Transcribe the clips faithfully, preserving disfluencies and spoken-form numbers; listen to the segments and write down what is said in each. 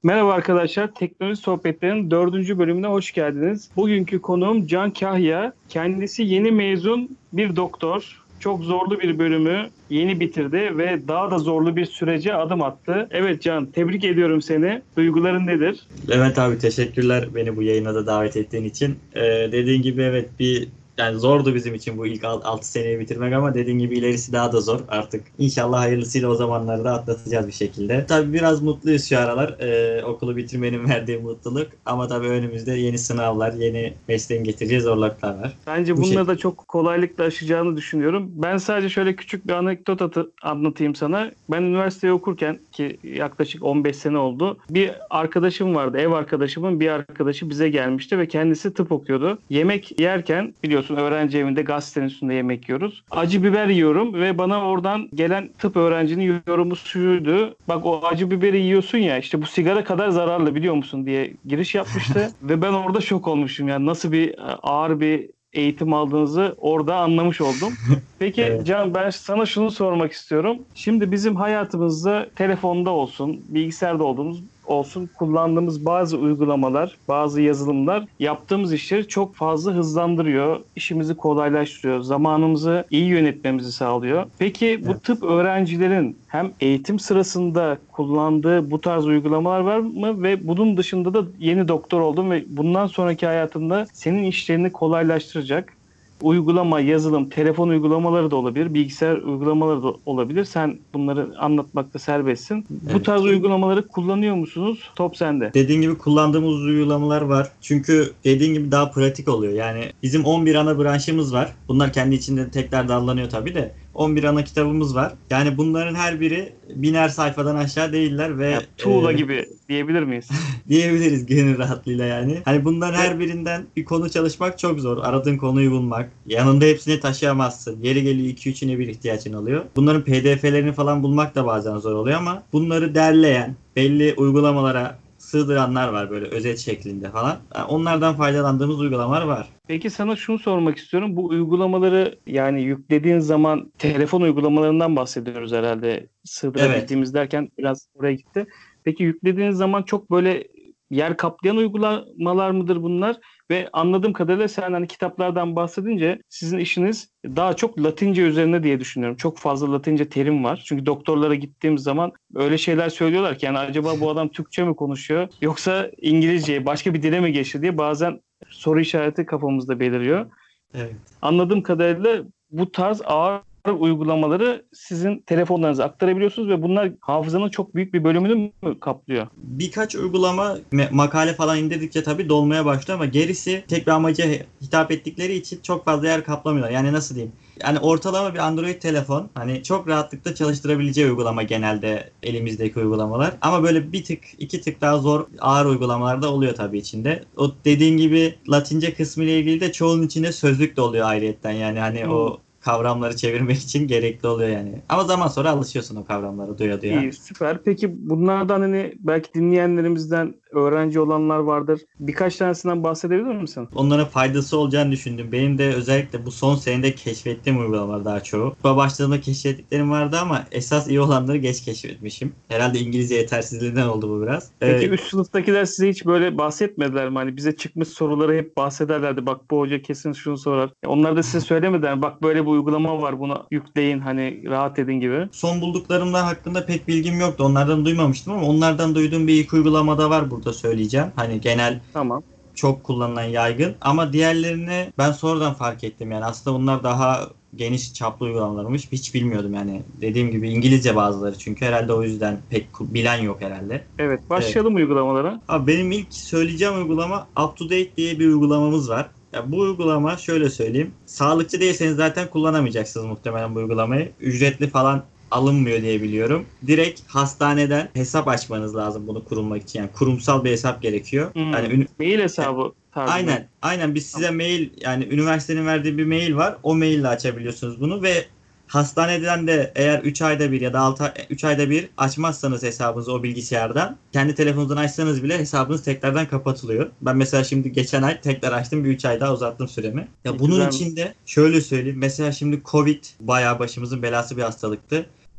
Merhaba arkadaşlar, Teknoloji Sohbetleri'nin dördüncü bölümüne hoş geldiniz. Bugünkü konuğum Can Kahya. Kendisi yeni mezun bir doktor. Çok zorlu bir bölümü yeni bitirdi ve daha da zorlu bir sürece adım attı. Evet Can, tebrik ediyorum seni. Duyguların nedir? Levent abi teşekkürler beni bu yayına da davet ettiğin için. Ee, dediğin gibi evet bir yani zordu bizim için bu ilk altı seneyi bitirmek ama dediğin gibi ilerisi daha da zor artık. İnşallah hayırlısıyla o zamanları da atlatacağız bir şekilde. Tabii biraz mutluyuz şu aralar. Ee, okulu bitirmenin verdiği mutluluk ama tabii önümüzde yeni sınavlar, yeni mesleğin getireceği zorluklar var. Bence Bu bununla şekilde. da çok kolaylıkla aşacağını düşünüyorum. Ben sadece şöyle küçük bir anekdot atı- anlatayım sana. Ben üniversiteyi okurken ki yaklaşık on beş sene oldu. Bir arkadaşım vardı. Ev arkadaşımın bir arkadaşı bize gelmişti ve kendisi tıp okuyordu. Yemek yerken biliyorsun öğrenci evinde gazetenin üstünde yemek yiyoruz. Acı biber yiyorum ve bana oradan gelen tıp öğrencinin yorumu şuydu. Bak o acı biberi yiyorsun ya işte bu sigara kadar zararlı biliyor musun diye giriş yapmıştı. Ve ben orada şok olmuşum. Yani nasıl bir ağır bir eğitim aldığınızı orada anlamış oldum. Peki Evet. Can ben sana şunu sormak istiyorum. Şimdi bizim hayatımızda telefonda olsun, bilgisayarda olduğumuz olsun kullandığımız bazı uygulamalar, bazı yazılımlar yaptığımız işleri çok fazla hızlandırıyor, işimizi kolaylaştırıyor, zamanımızı iyi yönetmemizi sağlıyor. Peki bu Evet. tıp öğrencilerin hem eğitim sırasında kullandığı bu tarz uygulamalar var mı ve bunun dışında da yeni doktor oldun ve bundan sonraki hayatında senin işlerini kolaylaştıracak uygulama, yazılım, telefon uygulamaları da olabilir, bilgisayar uygulamaları da olabilir. Sen bunları anlatmakta serbestsin. Bu Evet. tarz uygulamaları kullanıyor musunuz? Top sende. Dediğin gibi kullandığımız uygulamalar var. Çünkü dediğin gibi daha pratik oluyor. Yani bizim on bir ana branşımız var. Bunlar kendi içinde tekrar dallanıyor tabii de. on bir ana kitabımız var. Yani bunların her biri biner sayfadan aşağı değiller ve Ya, tuğla e, gibi diyebilir miyiz? diyebiliriz gönül rahatlığıyla yani. Hani bunların Ve her birinden bir konu çalışmak çok zor. Aradığın konuyu bulmak. Yanında hepsini taşıyamazsın. Yeri geliyor iki üçüne bir ihtiyacın oluyor. Bunların P D F'lerini falan bulmak da bazen zor oluyor ama bunları derleyen, belli uygulamalara sığdıranlar var böyle özet şeklinde falan. Yani onlardan faydalandığımız uygulamalar var. peki sana şunu sormak istiyorum. Bu uygulamaları yani yüklediğin zaman telefon uygulamalarından bahsediyoruz herhalde. Evet. Sığdırabildiğimiz derken biraz oraya gitti. Peki yüklediğiniz zaman çok böyle yer kaplayan uygulamalar mıdır bunlar? Ve anladığım kadarıyla sen hani kitaplardan bahsedince sizin işiniz daha çok Latince üzerine diye düşünüyorum. Çok fazla Latince terim var. Çünkü doktorlara gittiğim zaman öyle şeyler söylüyorlar ki yani acaba bu adam Türkçe mi konuşuyor yoksa İngilizce başka bir dile mi geçti diye bazen soru işareti kafamızda beliriyor. Evet. Anladığım kadarıyla bu tarz ağır uygulamaları sizin telefonlarınıza aktarabiliyorsunuz ve bunlar hafızanın çok büyük bir bölümünü mü kaplıyor? Birkaç uygulama me- makale falan indirdikçe tabii dolmaya başlıyor ama gerisi tek bir amaca hitap ettikleri için çok fazla yer kaplamıyorlar. Yani nasıl diyeyim? Yani ortalama bir Android telefon hani çok rahatlıkla çalıştırabileceği uygulama genelde elimizdeki uygulamalar. Ama böyle bir tık iki tık daha zor ağır uygulamalar da oluyor tabii içinde. O dediğin gibi Latince kısmı ile ilgili de çoğunun içinde sözlük de oluyor ayrıyetten. Yani hani Hmm. o kavramları çevirmek için gerekli oluyor yani. Ama zaman sonra alışıyorsun o kavramlara duya duya. İyi, süper. Peki bunlardan hani belki dinleyenlerimizden öğrenci olanlar vardır. Birkaç tanesinden bahsedebilir misin? Onlara faydası olacağını düşündüm. Benim de özellikle bu son senede keşfettiğim uygulamalar daha çoğu. Bu başladığımda keşfettiklerim vardı ama esas iyi olanları geç keşfetmişim. Herhalde İngilizce yetersizliğinden oldu bu biraz. Peki Ee, üst sınıftakiler size hiç böyle bahsetmediler mi? Hani bize çıkmış soruları hep bahsederlerdi. Bak bu hoca kesin şunu sorar. E, Onlar da size söylemediler mi? Bak böyle bir uygulama var bunu yükleyin hani rahat edin gibi. son bulduklarımda hakkında pek bilgim yoktu. Onlardan duymamıştım ama onlardan duyduğum bir iki uygulama da var burada söyleyeceğim. Hani genel Tamam. çok kullanılan yaygın ama diğerlerini ben sonradan fark ettim yani aslında bunlar daha geniş çaplı uygulamalarmış hiç bilmiyordum yani dediğim gibi İngilizce bazıları çünkü herhalde o yüzden pek bilen yok herhalde. Evet Evet. başlayalım uygulamalara. Abi benim ilk söyleyeceğim uygulama UpToDate diye bir uygulamamız var. Ya bu uygulama şöyle söyleyeyim. Sağlıkçı değilseniz zaten kullanamayacaksınız muhtemelen bu uygulamayı. Ücretli falan alınmıyor diye biliyorum. Direkt hastaneden hesap açmanız lazım bunu kurulmak için. Yani kurumsal bir hesap gerekiyor. Yani Hmm. ünü- Mail hesabı tarzı mı? aynen aynen biz size Tamam. mail yani üniversitenin verdiği bir mail var. O maille açabiliyorsunuz bunu ve hastaneden de eğer üç ayda bir ya da altı üç ayda bir açmazsanız hesabınızı o bilgisayardan kendi telefonunuzdan açsanız bile hesabınız tekrardan kapatılıyor. Ben mesela şimdi geçen ay tekrar açtım bir üç ay daha uzattım süremi. E, Ya bunun güzelmiş. içinde şöyle söyleyeyim mesela şimdi Covid bayağı başımızın belası bir hastalıktı.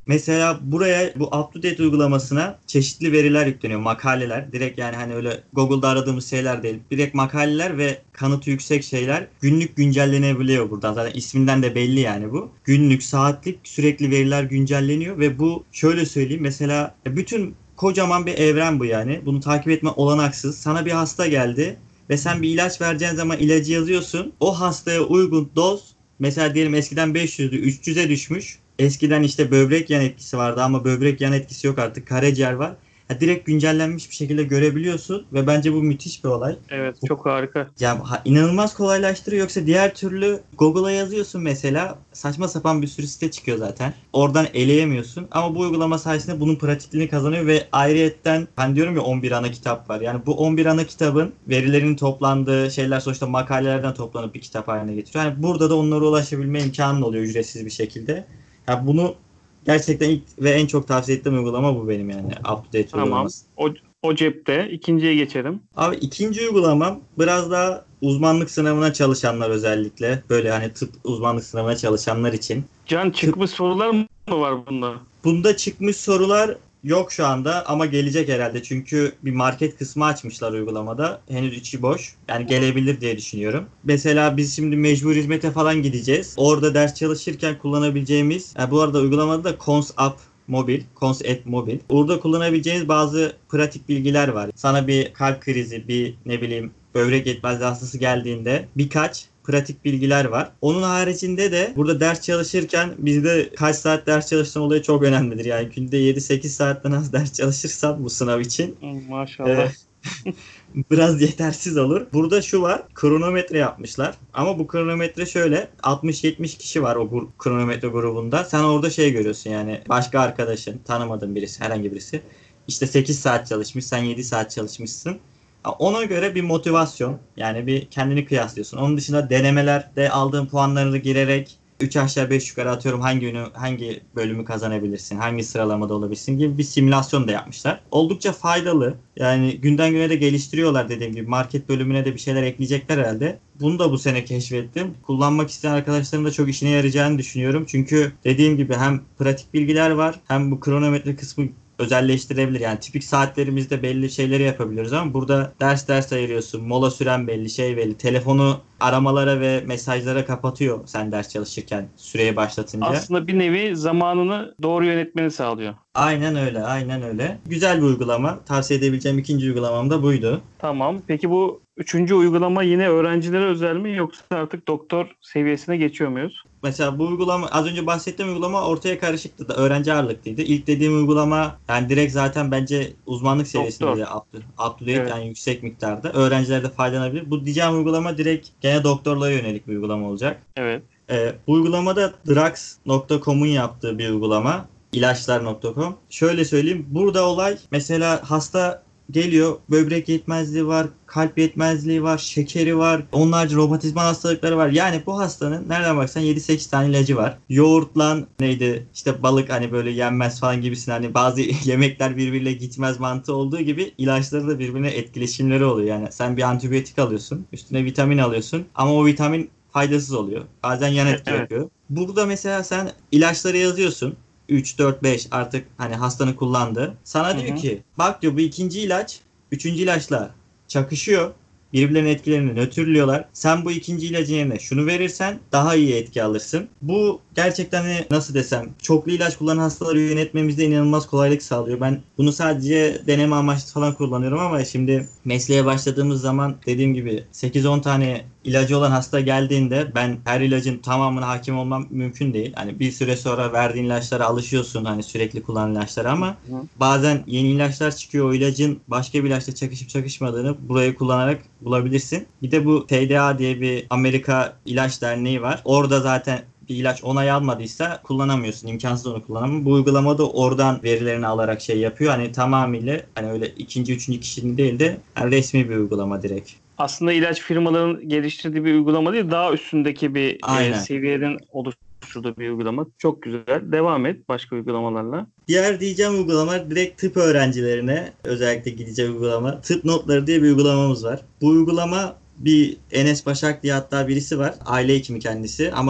Mesela buraya bu UpToDate uygulamasına çeşitli veriler yükleniyor. Makaleler. Direkt yani hani öyle Google'da aradığımız şeyler değil. Direkt makaleler ve kanıtı yüksek şeyler günlük güncellenebiliyor buradan. Zaten isminden de belli yani bu. Günlük, saatlik sürekli veriler güncelleniyor ve bu şöyle söyleyeyim. Mesela bütün kocaman bir evren bu yani. Bunu takip etme olanaksız. Sana bir hasta geldi ve sen bir ilaç vereceğin zaman ilacı yazıyorsun. O hastaya uygun doz, mesela diyelim eskiden beş yüzdü, üç yüze düşmüş. Eskiden işte böbrek yan etkisi vardı ama böbrek yan etkisi yok artık. Karaciğer var. Ha, direkt güncellenmiş bir şekilde görebiliyorsun ve bence bu müthiş bir olay. Evet, çok harika. Ya ha, inanılmaz kolaylaştırıyor. Yoksa diğer türlü Google'a yazıyorsun mesela, saçma sapan bir sürü site çıkıyor zaten. Oradan eleyemiyorsun. Ama bu uygulama sayesinde bunun pratikliğini kazanıyor ve ayrıyetten ben diyorum ya on bir ana kitap var. Yani bu on bir ana kitabın verilerinin toplandığı şeyler sonuçta makalelerden toplanıp bir kitap haline getiriyor. Yani burada da onlara ulaşabilme imkanın oluyor ücretsiz bir şekilde. Ya bunu gerçekten ilk ve en çok tavsiye ettiğim uygulama bu benim yani. UpToDate Tamam. uygulaması. O, o cepte. İkinciye geçelim. Abi ikinci uygulamam biraz daha uzmanlık sınavına çalışanlar, özellikle böyle hani tıp uzmanlık sınavına çalışanlar için. Can, çıkmış sorular mı var bunda? Bunda çıkmış sorular yok şu anda ama gelecek herhalde. Çünkü bir market kısmı açmışlar uygulamada. Henüz içi boş. Yani gelebilir diye düşünüyorum. Mesela biz şimdi mecbur hizmete falan gideceğiz. Orada ders çalışırken kullanabileceğimiz, yani bu arada uygulamada da Cons App Mobil, Cons App Mobil. Orada kullanabileceğiniz bazı pratik bilgiler var. Sana bir kalp krizi, bir ne bileyim böbrek yetmezliği hastası geldiğinde birkaç pratik bilgiler var. Onun haricinde de burada ders çalışırken bizde kaç saat ders çalıştığın olayı çok önemlidir. Yani günde yedi sekiz saatten az ders çalışırsan bu sınav için Maşallah. biraz yetersiz olur. Burada şu var, kronometre yapmışlar. Ama bu kronometre şöyle, altmış yetmiş kişi var o gur- kronometre grubunda. Sen orada şey görüyorsun yani, başka arkadaşın, tanımadığın birisi, herhangi birisi. İşte sekiz saat çalışmış, sen yedi saat çalışmışsın. Ona göre bir motivasyon, yani bir kendini kıyaslıyorsun. Onun dışında denemelerde aldığın puanlarını girerek üç aşağı beş yukarı atıyorum hangi ünü, hangi bölümü kazanabilirsin, hangi sıralamada olabilirsin gibi bir simülasyon da yapmışlar. Oldukça faydalı. Yani günden güne de geliştiriyorlar dediğim gibi. Market bölümüne de bir şeyler ekleyecekler herhalde. Bunu da bu sene keşfettim. Kullanmak isteyen arkadaşların da çok işine yarayacağını düşünüyorum. Çünkü dediğim gibi hem pratik bilgiler var, hem bu kronometre kısmı özelleştirebilir. Yani tipik saatlerimizde belli şeyleri yapabiliyoruz ama burada ders ders ayırıyorsun. Mola süren belli, şey belli. Telefonu aramalara ve mesajlara kapatıyor sen ders çalışırken süreyi başlatınca. Aslında bir nevi zamanını doğru yönetmeni sağlıyor. Aynen öyle, aynen öyle. Güzel bir uygulama. Tavsiye edebileceğim ikinci uygulamam da buydu. Tamam. Peki bu üçüncü uygulama yine öğrencilere özel mi, yoksa artık doktor seviyesine geçiyor muyuz? Mesela bu uygulama, az önce bahsettiğim uygulama ortaya karışıktı da öğrenci ağırlıklıydı. İlk dediğim uygulama yani direkt zaten bence uzmanlık seviyesinde UpToDate, Evet. yani yüksek miktarda. Öğrenciler de faydalanabilir. Bu diyeceğim uygulama direkt gene doktorlara yönelik bir uygulama olacak. Evet. Ee, bu uygulamada drugs nokta com'un yaptığı bir uygulama. ilaçlar nokta com. Şöyle söyleyeyim. Burada olay, mesela hasta geliyor, böbrek yetmezliği var, kalp yetmezliği var, şekeri var, onlarca romatizmal hastalıkları var. Yani bu hastanın nereden baksan yedi sekiz tane ilacı var. Yoğurtla neydi işte balık hani böyle yenmez falan gibisin, hani bazı yemekler birbiriyle gitmez mantığı olduğu gibi ilaçları da birbirine etkileşimleri oluyor. Yani sen bir antibiyotik alıyorsun, üstüne vitamin alıyorsun ama o vitamin faydasız oluyor. Bazen yan etki Evet. yapıyor. Burada mesela sen ilaçları yazıyorsun. üç, dört, beş artık hani hastanın kullandığı. Sana Hı diyor hı. ki bak diyor, bu ikinci ilaç üçüncü ilaçla çakışıyor. Birbirlerinin etkilerini nötrlüyorlar. Sen bu ikinci ilacın yerine şunu verirsen daha iyi etki alırsın. Bu gerçekten hani nasıl desem, çoklu ilaç kullanan hastaları yönetmemizde inanılmaz kolaylık sağlıyor. Ben bunu sadece deneme amaçlı falan kullanıyorum ama şimdi mesleğe başladığımız zaman dediğim gibi sekiz on tane ilacı olan hasta geldiğinde ben her ilacın tamamına hakim olmam mümkün değil. Hani bir süre sonra verdiğin ilaçlara alışıyorsun, hani sürekli kullanılan ilaçlara, ama Hı. bazen yeni ilaçlar çıkıyor. O ilacın başka bir ilaçla çakışıp çakışmadığını burayı kullanarak bulabilirsin. Bir de bu T D A diye bir Amerika İlaç Derneği var. Orada zaten bir ilaç onay almadıysa kullanamıyorsun. İmkansız onu kullanamam. Bu uygulamada oradan verilerini alarak şey yapıyor. Hani tamamıyla hani öyle ikinci, üçüncü kişinin değil de yani resmi bir uygulama direkt. Aslında ilaç firmalarının geliştirdiği bir uygulama değil, daha üstündeki bir e, Aynen. seviyenin oluşturduğu bir uygulama. Çok güzel. Devam et başka uygulamalarla. Diğer diyeceğim uygulama direkt tıp öğrencilerine özellikle gidecek uygulama. Tıp Notları diye bir uygulamamız var. Bu uygulama bir Enes Başak diye hatta birisi var. Aile hekimi kendisi ama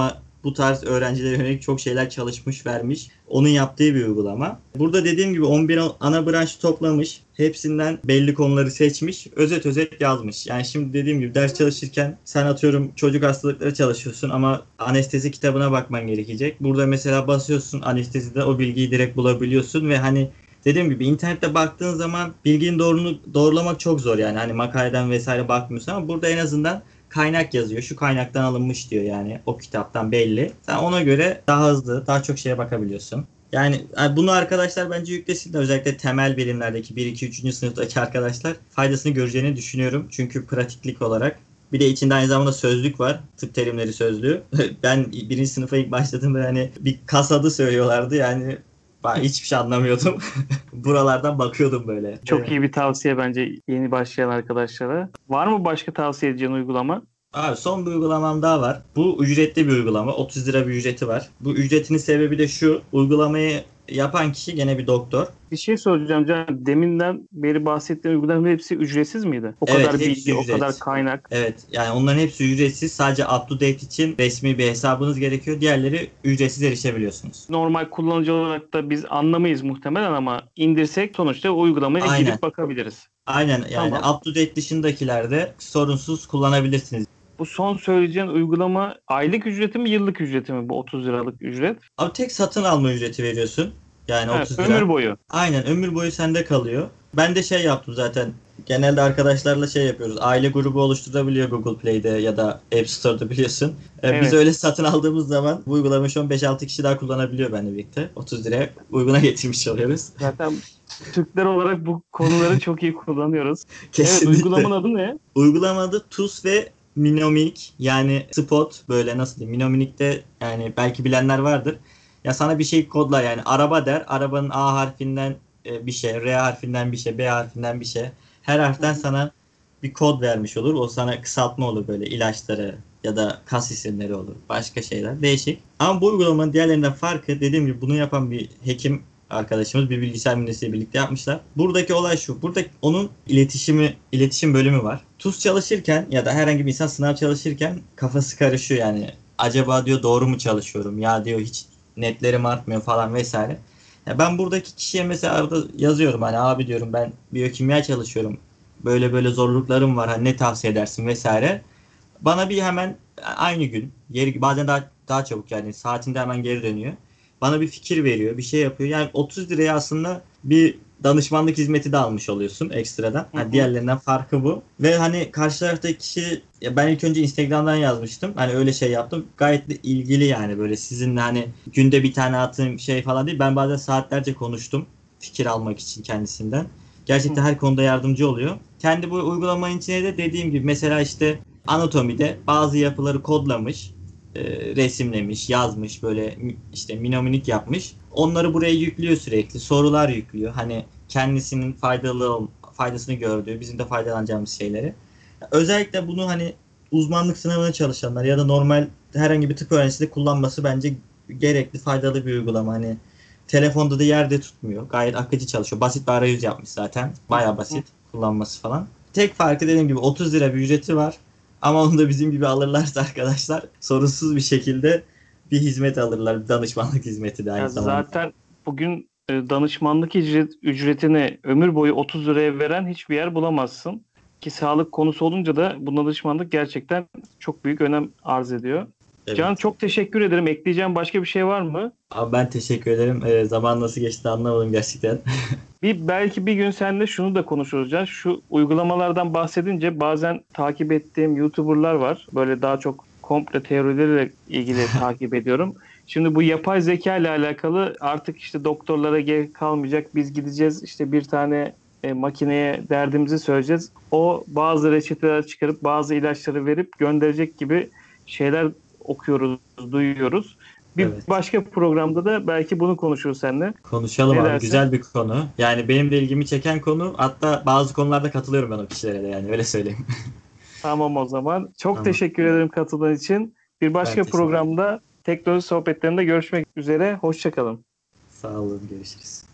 bu tarz öğrencilere yönelik çok şeyler çalışmış, vermiş. Onun yaptığı bir uygulama. Burada dediğim gibi on bir ana branşı toplamış. Hepsinden belli konuları seçmiş. Özet özet yazmış. Yani şimdi dediğim gibi ders çalışırken sen atıyorum çocuk hastalıkları çalışıyorsun ama anestezi kitabına bakman gerekecek. Burada mesela basıyorsun anestezide o bilgiyi direkt bulabiliyorsun ve hani dediğim gibi internette baktığın zaman bilginin doğruluğunu doğrulamak çok zor yani. Hani makaleden vesaire bakmıyorsun ama burada en azından kaynak yazıyor. Şu kaynaktan alınmış diyor yani. O kitaptan belli. Sen ona göre daha hızlı, daha çok şeye bakabiliyorsun. Yani bunu arkadaşlar bence yüklesin de özellikle temel bilimlerdeki bir iki üçüncü sınıftaki arkadaşlar faydasını göreceğini düşünüyorum. Çünkü pratiklik olarak. Bir de içinde aynı zamanda sözlük var. Tıp terimleri sözlüğü. Ben birinci sınıfa ilk başladığımda hani bir kas adı söylüyorlardı yani. Ben hiçbir şey anlamıyordum. Buralardan bakıyordum böyle. Çok Evet. iyi bir tavsiye bence yeni başlayan arkadaşlara. Var mı başka tavsiye edeceğin uygulama? Abi son bir uygulamam daha var. Bu ücretli bir uygulama. otuz lira bir ücreti var. Bu ücretinin sebebi de şu. Uygulamayı yapan kişi gene bir doktor. Bir şey soracağım Can. Deminden beri bahsettiğin uygulamaların hepsi ücretsiz miydi? O Evet, kadar hepsi bilgi, o ücret. kadar kaynak. Evet yani onların hepsi ücretsiz. Sadece up to date için resmi bir hesabınız gerekiyor. Diğerleri ücretsiz erişebiliyorsunuz. Normal kullanıcı olarak da biz anlamayız muhtemelen ama indirsek sonuçta o uygulamaya Aynen. girip bakabiliriz. Aynen yani Tamam. up to date dışındakilerde sorunsuz kullanabilirsiniz. Bu son söyleyeceğin uygulama aylık ücreti mi yıllık ücreti mi bu otuz liralık ücret? Abi tek satın alma ücreti veriyorsun. Yani Evet, otuz lira. ömür boyu. Aynen ömür boyu sende kalıyor. Ben de şey yaptım zaten. Genelde arkadaşlarla şey yapıyoruz. Aile grubu oluşturabiliyor Google Play'de ya da App Store'da biliyorsun. Ee, Evet. Biz öyle satın aldığımız zaman bu uygulamayı şu an beş altı kişi daha kullanabiliyor benimle birlikte. otuz liraya uyguna getirmiş oluyoruz. Zaten Türkler olarak bu konuları çok iyi kullanıyoruz. Evet, Kesinlikle. uygulamanın adı ne? Uygulamada Tuz ve Minominik yani Spot böyle nasıl diyeyim Minominik'te yani belki bilenler vardır. Ya sana bir şey kodla yani araba der. Arabanın A harfinden e, bir şey, R harfinden bir şey, B harfinden bir şey. Her harften sana bir kod vermiş olur. O sana kısaltma olur böyle ilaçları ya da kas isimleri olur. Başka şeyler. Değişik. Ama bu uygulamanın diğerlerinden farkı dediğim gibi bunu yapan bir hekim arkadaşımız bir bilgisayar mühendisiyle birlikte yapmışlar. Buradaki olay şu. Burada onun iletişimi, iletişim bölümü var. Tuz çalışırken ya da herhangi bir insan sınav çalışırken kafası karışıyor yani. Acaba diyor doğru mu çalışıyorum? Ya diyor hiç netlerim artmıyor falan vesaire. Ya ben buradaki kişiye mesela arada yazıyorum hani abi diyorum ben biyokimya çalışıyorum. Böyle böyle zorluklarım var. Hani ne tavsiye edersin vesaire. Bana bir hemen aynı gün, geri, bazen daha daha çabuk yani saatinde hemen geri dönüyor. Bana bir fikir veriyor, bir şey yapıyor. Yani otuz liraya aslında bir danışmanlık hizmeti de almış oluyorsun ekstradan. Yani diğerlerinden farkı bu. Ve hani karşı taraftaki kişi ya ben ilk önce Instagram'dan yazmıştım. Hani öyle şey yaptım. Gayet de ilgili yani böyle sizinle hani günde bir tane attığım şey falan değil. Ben bazen saatlerce konuştum fikir almak için kendisinden. Gerçekten her konuda yardımcı oluyor. Kendi bu uygulamanın içine de dediğim gibi mesela işte anatomide bazı yapıları kodlamış, e, resimlemiş, yazmış böyle işte minominik yapmış. Onları buraya yüklüyor sürekli. Sorular yüklüyor. Hani kendisinin faydalı faydasını gördüğü, bizim de faydalanacağımız şeyleri. Özellikle bunu hani uzmanlık sınavına çalışanlar ya da normal herhangi bir tıp öğrencisi de kullanması bence gerekli, faydalı bir uygulama. Hani telefonda da yerde tutmuyor. Gayet akıcı çalışıyor. Basit bir arayüz yapmış zaten. Bayağı basit kullanması falan. Tek farkı dediğim gibi otuz lira bir ücreti var. Ama onu da bizim gibi alırlarsa arkadaşlar sorunsuz bir şekilde bir hizmet alırlar. Bir danışmanlık hizmeti de aynı Ya zamanda. zaten bugün e, danışmanlık ücret, ücretini ömür boyu otuz liraya veren hiçbir yer bulamazsın. Ki sağlık konusu olunca da bu danışmanlık gerçekten çok büyük önem arz ediyor. Evet. Can çok teşekkür ederim. Ekleyeceğim başka bir şey var mı? Abi ben teşekkür ederim. Ee, zaman nasıl geçti anlamadım gerçekten. Bir belki bir gün seninle şunu da konuşuruz Can. Şu uygulamalardan bahsedince bazen takip ettiğim YouTuber'lar var. Böyle daha çok komple teorileriyle ilgili takip ediyorum. Şimdi bu yapay zeka ile alakalı artık işte doktorlara gerek kalmayacak. Biz gideceğiz işte bir tane e, makineye derdimizi söyleyeceğiz. O bazı reçeteler çıkarıp bazı ilaçları verip gönderecek gibi şeyler okuyoruz, duyuyoruz. Bir Evet. başka programda da belki bunu konuşuruz seninle. Konuşalım Ne abi. dersin? Güzel bir konu. Yani benim de ilgimi çeken konu. Hatta bazı konularda katılıyorum ben o kişilere de yani öyle söyleyeyim. Tamam o zaman. Çok Tamam. teşekkür ederim katıldığın için. Bir başka teşekkür ederim. programda teknoloji sohbetlerinde görüşmek üzere. Hoşça kalın. Sağ olun. Görüşürüz.